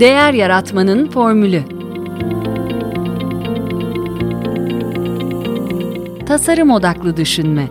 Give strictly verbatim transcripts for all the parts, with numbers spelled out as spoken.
Değer yaratmanın formülü. Tasarım odaklı düşünme.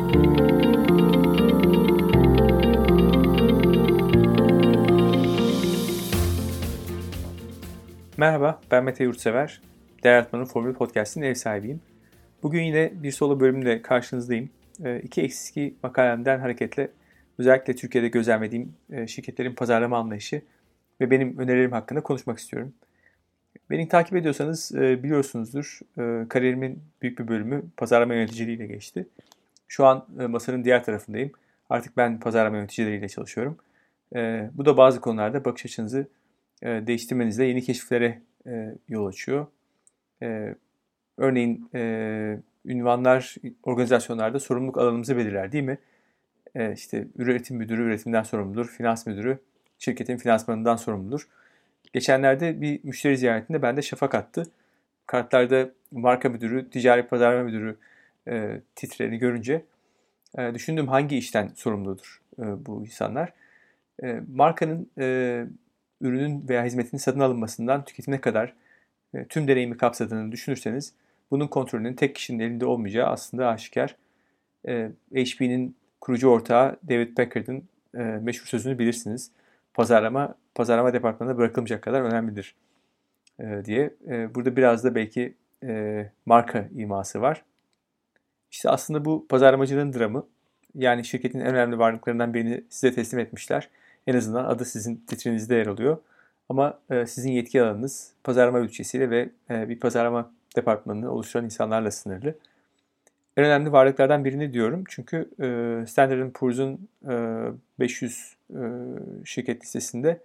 Merhaba, ben Mete Yurtsever. Değer Yaratmanın Formülü Podcast'in ev sahibiyim. Bugün yine bir solo bölümle karşınızdayım. E, iki eski makalemden hareketle özellikle Türkiye'de gözlemlediğim e, şirketlerin pazarlama anlayışı ve benim önerilerim hakkında konuşmak istiyorum. Beni takip ediyorsanız e, biliyorsunuzdur, e, kariyerimin büyük bir bölümü pazarlama yöneticiliğiyle geçti. Şu an e, masanın diğer tarafındayım. Artık ben pazarlama yöneticileriyle çalışıyorum. E, bu da bazı konularda bakış açınızı e, değiştirmenizde yeni keşiflere e, yol açıyor. E, örneğin e, ünvanlar organizasyonlarda sorumluluk alanımızı belirler, değil mi? E, işte üretim müdürü üretimden sorumludur, finans müdürü şirketin finansmanından sorumludur. Geçenlerde bir müşteri ziyaretinde bende şafak attı. Kartlarda marka müdürü, ticari pazarlama müdürü e, titrerini görünce e, düşündüm hangi işten sorumludur e, bu insanlar. E, markanın e, ürünün veya hizmetin satın alınmasından tüketimine kadar e, tüm deneyimi kapsadığını düşünürseniz bunun kontrolünün tek kişinin elinde olmayacağı aslında aşikar. E, H P'nin kurucu ortağı David Packard'ın e, meşhur sözünü bilirsiniz. Pazarlama, pazarlama departmanına bırakılmayacak kadar önemlidir e, diye. E, burada biraz da belki e, marka iması var. İşte aslında bu pazarlamacılığın dramı. Yani şirketin en önemli varlıklarından birini size teslim etmişler. En azından adı sizin titrinizde yer alıyor. Ama e, sizin yetki alanınız pazarlama bütçesiyle ve e, bir pazarlama departmanını oluşturan insanlarla sınırlı. En önemli varlıklardan birini diyorum. Çünkü e, Standard and Poor's'un e, beş yüz e, şirket listesinde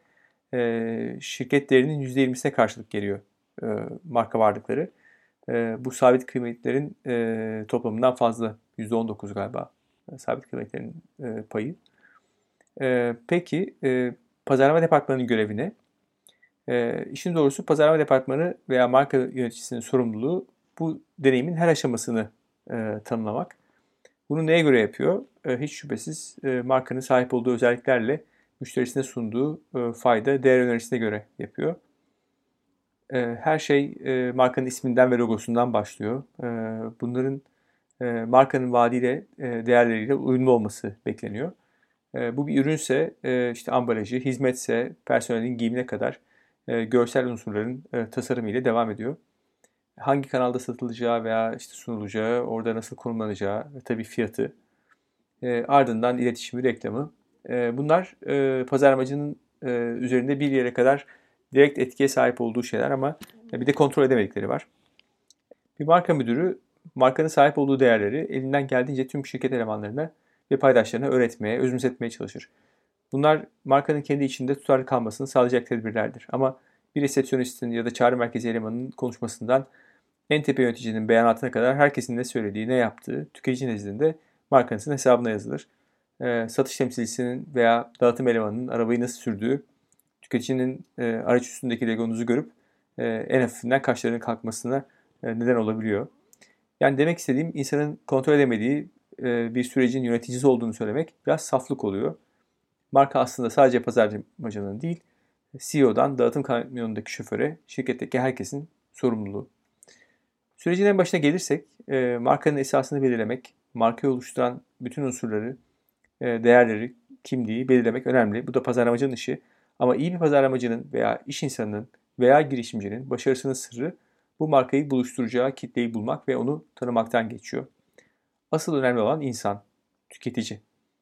e, şirket değerinin yüzde yirmisine karşılık geliyor e, marka varlıkları. E, bu sabit kıymetlerin e, toplamından fazla. yüzde on dokuz galiba e, sabit kıymetlerin e, payı. E, peki e, pazarlama departmanının görevi ne? E, işin doğrusu pazarlama departmanı veya marka yöneticisinin sorumluluğu bu deneyimin her aşamasını e, tanımlamak. Bunu neye göre yapıyor? E, hiç şüphesiz e, markanın sahip olduğu özelliklerle müşterisine sunduğu e, fayda, değer önerisine göre yapıyor. E, her şey e, markanın isminden ve logosundan başlıyor. E, bunların e, markanın vaadiyle, e, değerleriyle uyumlu olması bekleniyor. E, bu bir ürünse, e, işte ambalajı, hizmetse, personelin giyimine kadar e, görsel unsurların e, tasarımı ile devam ediyor. Hangi kanalda satılacağı veya işte sunulacağı, orada nasıl konumlanacağı ve tabii fiyatı, e, ardından iletişimi, reklamı. E, bunlar e, pazarlamacının e, üzerinde bir yere kadar direkt etkiye sahip olduğu şeyler ama bir de kontrol edemedikleri var. Bir marka müdürü markanın sahip olduğu değerleri elinden geldiğince tüm şirket elemanlarına ve paydaşlarına öğretmeye, özümsetmeye çalışır. Bunlar markanın kendi içinde tutarlı kalmasını sağlayacak tedbirlerdir. Ama bir resepsiyonistin ya da çağrı merkezi elemanının konuşmasından en tepe yöneticinin beyanatına kadar herkesin ne söylediği, ne yaptığı tüketici nezdinde markanızın hesabına yazılır. E, satış temsilcisinin veya dağıtım elemanının arabayı nasıl sürdüğü, tüketicinin e, araç üstündeki logonuzu görüp e, en hafifinden kaşlarının kalkmasına e, neden olabiliyor. Yani demek istediğim insanın kontrol edemediği e, bir sürecin yöneticisi olduğunu söylemek biraz saflık oluyor. Marka aslında sadece pazarlamacının değil, C E O'dan dağıtım kamyonundaki şoföre, şirketteki herkesin sorumluluğu. Sürecin en başına gelirsek, e, markanın esasını belirlemek, markayı oluşturan bütün unsurları, e, değerleri, kimliği belirlemek önemli. Bu da pazarlamacının işi. Ama iyi bir pazarlamacının veya iş insanının veya girişimcinin başarısının sırrı bu markayı buluşturacağı kitleyi bulmak ve onu tanımaktan geçiyor. Asıl önemli olan insan, tüketici.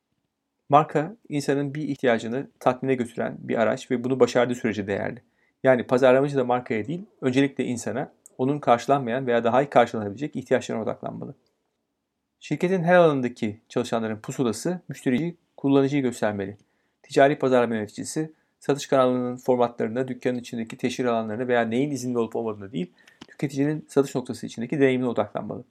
Marka, insanın bir ihtiyacını tatmine götüren bir araç ve bunu başardığı sürece değerli. Yani pazarlamacı da markaya değil, öncelikle insana, onun karşılanmayan veya daha iyi karşılanabilecek ihtiyaçlarına odaklanmalı. Şirketin her alanındaki çalışanların pusulası müşteriyi, kullanıcıyı göstermeli. Ticari pazarlama yöneticisi, satış kanalının formatlarına, dükkanın içindeki teşhir alanlarına veya neyin izinli olup olmadığına değil, tüketicinin satış noktası içindeki deneyimine odaklanmalı.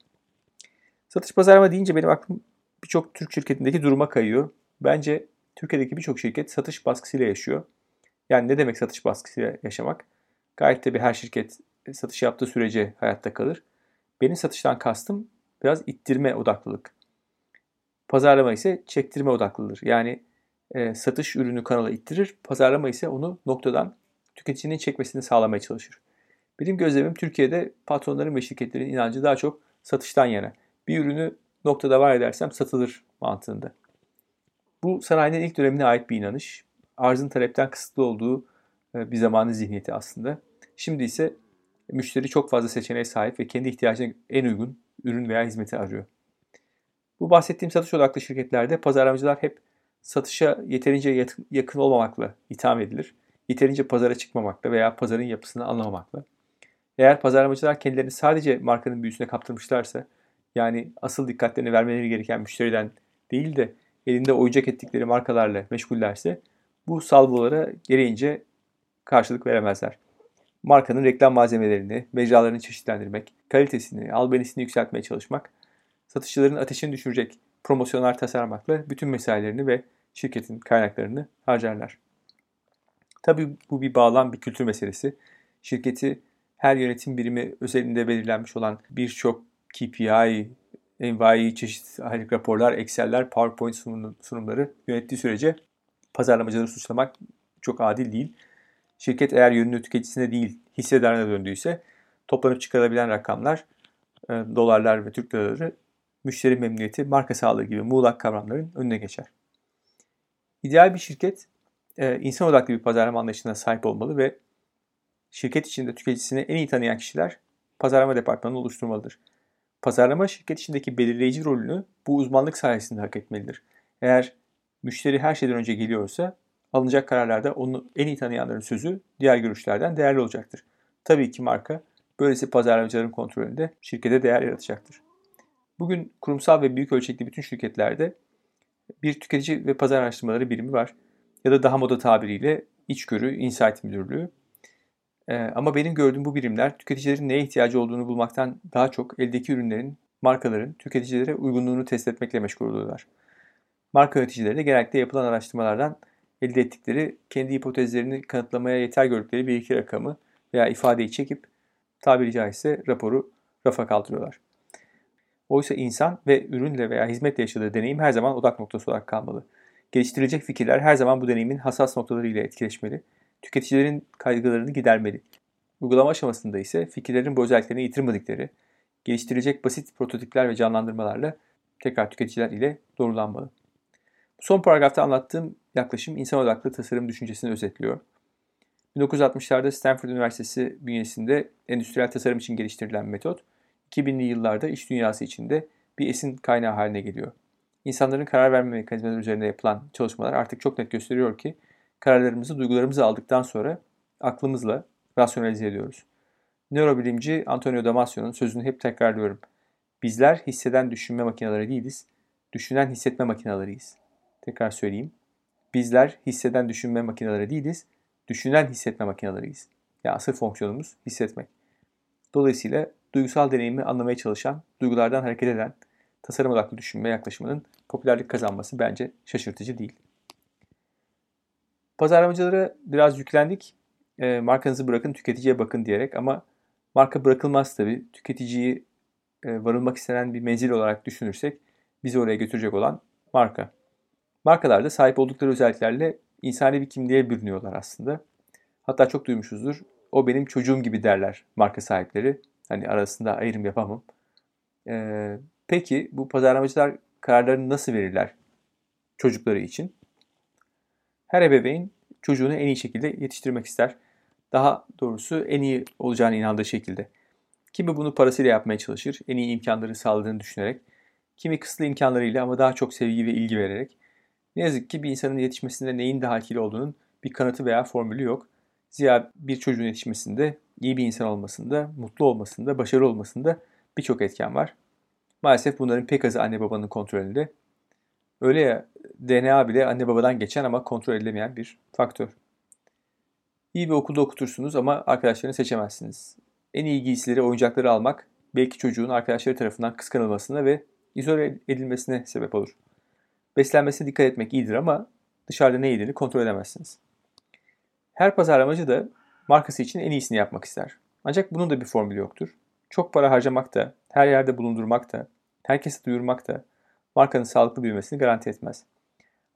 Satış pazarlama deyince benim aklım birçok Türk şirketindeki duruma kayıyor. Bence Türkiye'deki birçok şirket satış baskısıyla yaşıyor. Yani ne demek satış baskısıyla yaşamak? Gayet tabii her şirket satış yaptığı sürece hayatta kalır. Benim satıştan kastım biraz ittirme odaklılık. Pazarlama ise çektirme odaklılıdır. Yani e, satış ürünü kanala ittirir, pazarlama ise onu noktadan tüketicinin çekmesini sağlamaya çalışır. Benim gözlemim Türkiye'de patronların ve şirketlerin inancı daha çok satıştan yana. Bir ürünü noktada var edersem satılır mantığında. Bu sanayinin ilk dönemine ait bir inanış. Arzın talepten kısıtlı olduğu bir zamanın zihniyeti aslında. Şimdi ise müşteri çok fazla seçeneğe sahip ve kendi ihtiyacına en uygun ürün veya hizmeti arıyor. Bu bahsettiğim satış odaklı şirketlerde pazarlamacılar hep satışa yeterince yakın olmamakla itham edilir. Yeterince pazara çıkmamakla veya pazarın yapısını anlamamakla. Eğer pazarlamacılar kendilerini sadece markanın büyüsüne kaptırmışlarsa, yani asıl dikkatlerini vermeleri gereken müşteriden değil de elinde oyuncak ettikleri markalarla meşgullerse, bu salvolara gereğince karşılık veremezler. Markanın reklam malzemelerini, mecralarını çeşitlendirmek, kalitesini, albenisini yükseltmeye çalışmak, satışçıların ateşini düşürecek promosyonlar tasarlamakla bütün mesailerini ve şirketin kaynaklarını harcarlar. Tabii bu bir bağlam, bir kültür meselesi. Şirketi her yönetim birimi özelinde belirlenmiş olan birçok K P I, envai çeşitli aylık raporlar, Excel'ler, PowerPoint sunumları yönettiği sürece pazarlamacıları suçlamak çok adil değil. Şirket eğer yönünü tüketicisine değil hissedarına döndüyse toplanıp çıkarılabilen rakamlar, dolarlar ve Türk liraları, müşteri memnuniyeti, marka sağlığı gibi muğlak kavramların önüne geçer. İdeal bir şirket insan odaklı bir pazarlama anlayışına sahip olmalı ve şirket içinde tüketicisini en iyi tanıyan kişiler pazarlama departmanını oluşturmalıdır. Pazarlama şirket içindeki belirleyici rolünü bu uzmanlık sayesinde hak etmelidir. Eğer müşteri her şeyden önce geliyorsa alınacak kararlarda onu en iyi tanıyanların sözü diğer görüşlerden değerli olacaktır. Tabii ki marka böylesi pazarlamacıların kontrolünde şirkete değer yaratacaktır. Bugün kurumsal ve büyük ölçekli bütün şirketlerde bir tüketici ve pazar araştırmaları birimi var. Ya da daha moda tabiriyle içgörü, insight müdürlüğü. Ee, ama benim gördüğüm bu birimler tüketicilerin neye ihtiyacı olduğunu bulmaktan daha çok eldeki ürünlerin, markaların tüketicilere uygunluğunu test etmekle meşgul oluyorlar. Marka yöneticileri de genellikle yapılan araştırmalardan elde ettikleri, kendi hipotezlerini kanıtlamaya yeter gördükleri bir iki rakamı veya ifadeyi çekip tabiri caizse raporu rafa kaldırıyorlar. Oysa insan ve ürünle veya hizmetle yaşadığı deneyim her zaman odak noktası olarak kalmalı. Geliştirilecek fikirler her zaman bu deneyimin hassas noktalarıyla etkileşmeli, tüketicilerin kaygılarını gidermeli. Uygulama aşamasında ise fikirlerin bu özelliklerini yitirmedikleri, geliştirilecek basit prototipler ve canlandırmalarla tekrar tüketiciler ile doğrulanmalı. Bu son paragrafta anlattığım yaklaşım insan odaklı tasarım düşüncesini özetliyor. bin dokuz yüz altmışlarda Stanford Üniversitesi bünyesinde endüstriyel tasarım için geliştirilen metot, iki binli yıllarda iş dünyası içinde bir esin kaynağı haline geliyor. İnsanların karar verme mekanizmaları üzerine yapılan çalışmalar artık çok net gösteriyor ki kararlarımızı duygularımızı aldıktan sonra aklımızla rasyonalize ediyoruz. Nörobilimci Antonio Damasio'nun sözünü hep tekrarlıyorum. Bizler hisseden düşünme makineleri değiliz, düşünen hissetme makineleriyiz. Tekrar söyleyeyim. Bizler hisseden düşünme makineleri değiliz, düşünen hissetme makineleriyiz. Yani asıl fonksiyonumuz hissetmek. Dolayısıyla duygusal deneyimi anlamaya çalışan, duygulardan hareket eden, tasarım odaklı düşünme yaklaşımının popülerlik kazanması bence şaşırtıcı değil. Pazarlamacılara biraz yüklendik. E, markanızı bırakın, tüketiciye bakın diyerek, ama marka bırakılmaz tabii. Tüketiciyi e, varılmak istenen bir menzil olarak düşünürsek bizi oraya götürecek olan marka. Markalar da sahip oldukları özelliklerle insani bir kimliğe bürünüyorlar aslında. Hatta çok duymuşuzdur. O benim çocuğum gibi derler marka sahipleri. Hani arasında ayrım yapamam. Ee, peki bu pazarlamacılar kararlarını nasıl verirler çocukları için? Her ebeveyn çocuğunu en iyi şekilde yetiştirmek ister. Daha doğrusu en iyi olacağına inandığı şekilde. Kimi bunu parasıyla yapmaya çalışır, en iyi imkanları sağladığını düşünerek. Kimi kısıtlı imkanlarıyla ama daha çok sevgi ve ilgi vererek. Ne yazık ki bir insanın yetişmesinde neyin daha etkili olduğunun bir kanıtı veya formülü yok. Zira bir çocuğun yetişmesinde, iyi bir insan olmasında, mutlu olmasında, başarılı olmasında birçok etken var. Maalesef bunların pek azı anne babanın kontrolünde. Öyle ya, D N A bile anne babadan geçen ama kontrol edilemeyen bir faktör. İyi bir okulda okutursunuz ama arkadaşlarını seçemezsiniz. En iyi giysileri, oyuncakları almak belki çocuğun arkadaşları tarafından kıskanılmasına ve izole edilmesine sebep olur. Beslenmesine dikkat etmek iyidir ama dışarıda ne yediğini kontrol edemezsiniz. Her pazarlamacı da markası için en iyisini yapmak ister. Ancak bunun da bir formülü yoktur. Çok para harcamak da, her yerde bulundurmak da, herkese duyurmak da markanın sağlıklı büyümesini garanti etmez.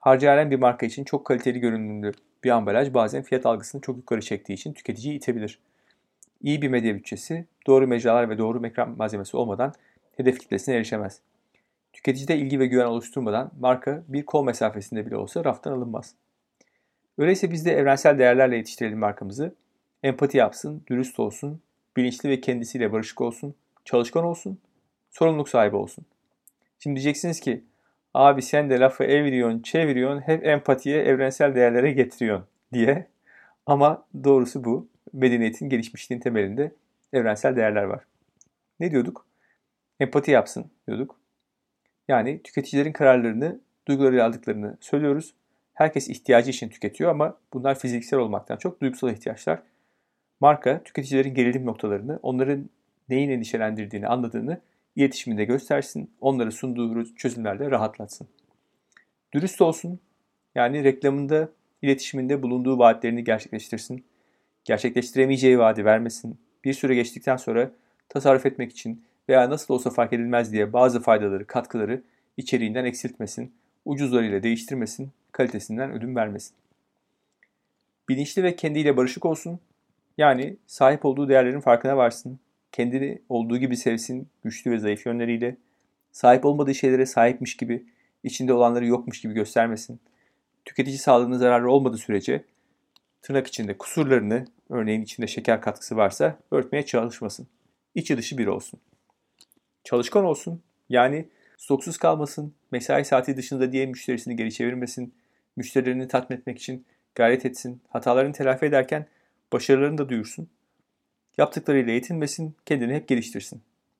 Harcayan bir marka için çok kaliteli görünümlü bir ambalaj bazen fiyat algısını çok yukarı çektiği için tüketiciyi itebilir. İyi bir medya bütçesi, doğru mecralar ve doğru ekran malzemesi olmadan hedef kitlesine erişemez. Tüketicide ilgi ve güven oluşturmadan marka bir kol mesafesinde bile olsa raftan alınmaz. Öyleyse biz de evrensel değerlerle yetiştirelim markamızı. Empati yapsın, dürüst olsun, bilinçli ve kendisiyle barışık olsun, çalışkan olsun, sorumluluk sahibi olsun. Şimdi diyeceksiniz ki, abi sen de lafı eviriyorsun, çeviriyorsun, hep empatiye, evrensel değerlere getiriyorsun diye. Ama doğrusu bu. Medeniyetin gelişmişliğin temelinde evrensel değerler var. Ne diyorduk? Empati yapsın diyorduk. Yani tüketicilerin kararlarını, duygularıyla aldıklarını söylüyoruz. Herkes ihtiyacı için tüketiyor ama bunlar fiziksel olmaktan çok duygusal ihtiyaçlar. Marka tüketicilerin gerilim noktalarını, onların neyin endişelendirdiğini anladığını iletişiminde göstersin, onları sunduğu çözümlerle rahatlatsın. Dürüst olsun, yani reklamında, iletişiminde bulunduğu vaatlerini gerçekleştirsin. Gerçekleştiremeyeceği vaadi vermesin. Bir süre geçtikten sonra tasarruf etmek için veya nasıl olsa fark edilmez diye bazı faydaları, katkıları içeriğinden eksiltmesin, ucuzlarıyla değiştirmesin, kalitesinden ödün vermesin. Bilinçli ve kendiyle barışık olsun, yani sahip olduğu değerlerin farkına varsın, kendini olduğu gibi sevsin, güçlü ve zayıf yönleriyle, sahip olmadığı şeylere sahipmiş gibi, içinde olanları yokmuş gibi göstermesin, tüketici sağlığına zararlı olmadığı sürece tırnak içinde kusurlarını, örneğin içinde şeker katkısı varsa örtmeye çalışmasın. İçi dışı bir olsun. Çalışkan olsun, yani stoksuz kalmasın, mesai saati dışında diye müşterisini geri çevirmesin, müşterilerini tatmin etmek için gayret etsin, hatalarını telafi ederken başarılarını da duyursun, yaptıklarıyla yetinmesin, kendini hep geliştirsin.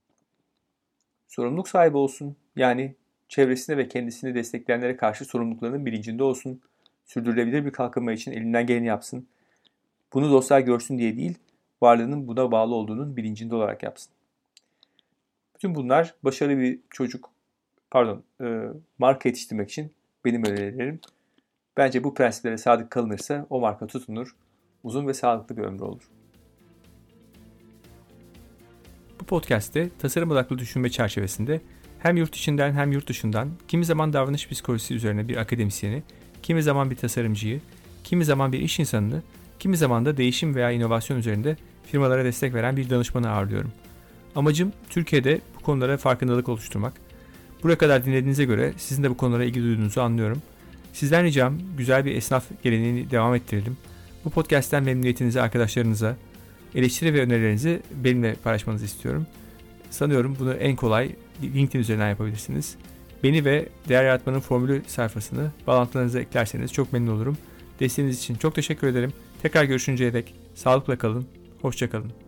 Sorumluluk sahibi olsun, yani çevresine ve kendisini destekleyenlere karşı sorumluluklarının bilincinde olsun, sürdürülebilir bir kalkınma için elinden geleni yapsın. Bunu dostlar görsün diye değil, varlığının buna bağlı olduğunun bilincinde olarak yapsın. Bütün bunlar başarılı bir çocuk, pardon, e, marka yetiştirmek için benim önerilerim. Bence bu prensiplere sadık kalınırsa o marka tutunur, uzun ve sağlıklı bir ömrü olur. Bu podcast'te tasarım odaklı düşünme çerçevesinde hem yurt içinden hem yurt dışından kimi zaman davranış psikolojisi üzerine bir akademisyeni, kimi zaman bir tasarımcıyı, kimi zaman bir iş insanını, kimi zaman da değişim veya inovasyon üzerinde firmalara destek veren bir danışmanı ağırlıyorum. Amacım Türkiye'de bu konulara farkındalık oluşturmak. Buraya kadar dinlediğinize göre sizin de bu konulara ilgi duyduğunuzu anlıyorum. Sizden ricam güzel bir esnaf geleneğini devam ettirelim. Bu podcast'ten memnuniyetinizi arkadaşlarınıza, eleştiri ve önerilerinizi benimle paylaşmanızı istiyorum. Sanıyorum bunu en kolay LinkedIn üzerinden yapabilirsiniz. Beni ve Değer Yaratmanın Formülü sayfasını bağlantılarınıza eklerseniz çok memnun olurum. Desteğiniz için çok teşekkür ederim. Tekrar görüşünceye dek sağlıkla kalın, hoşça kalın.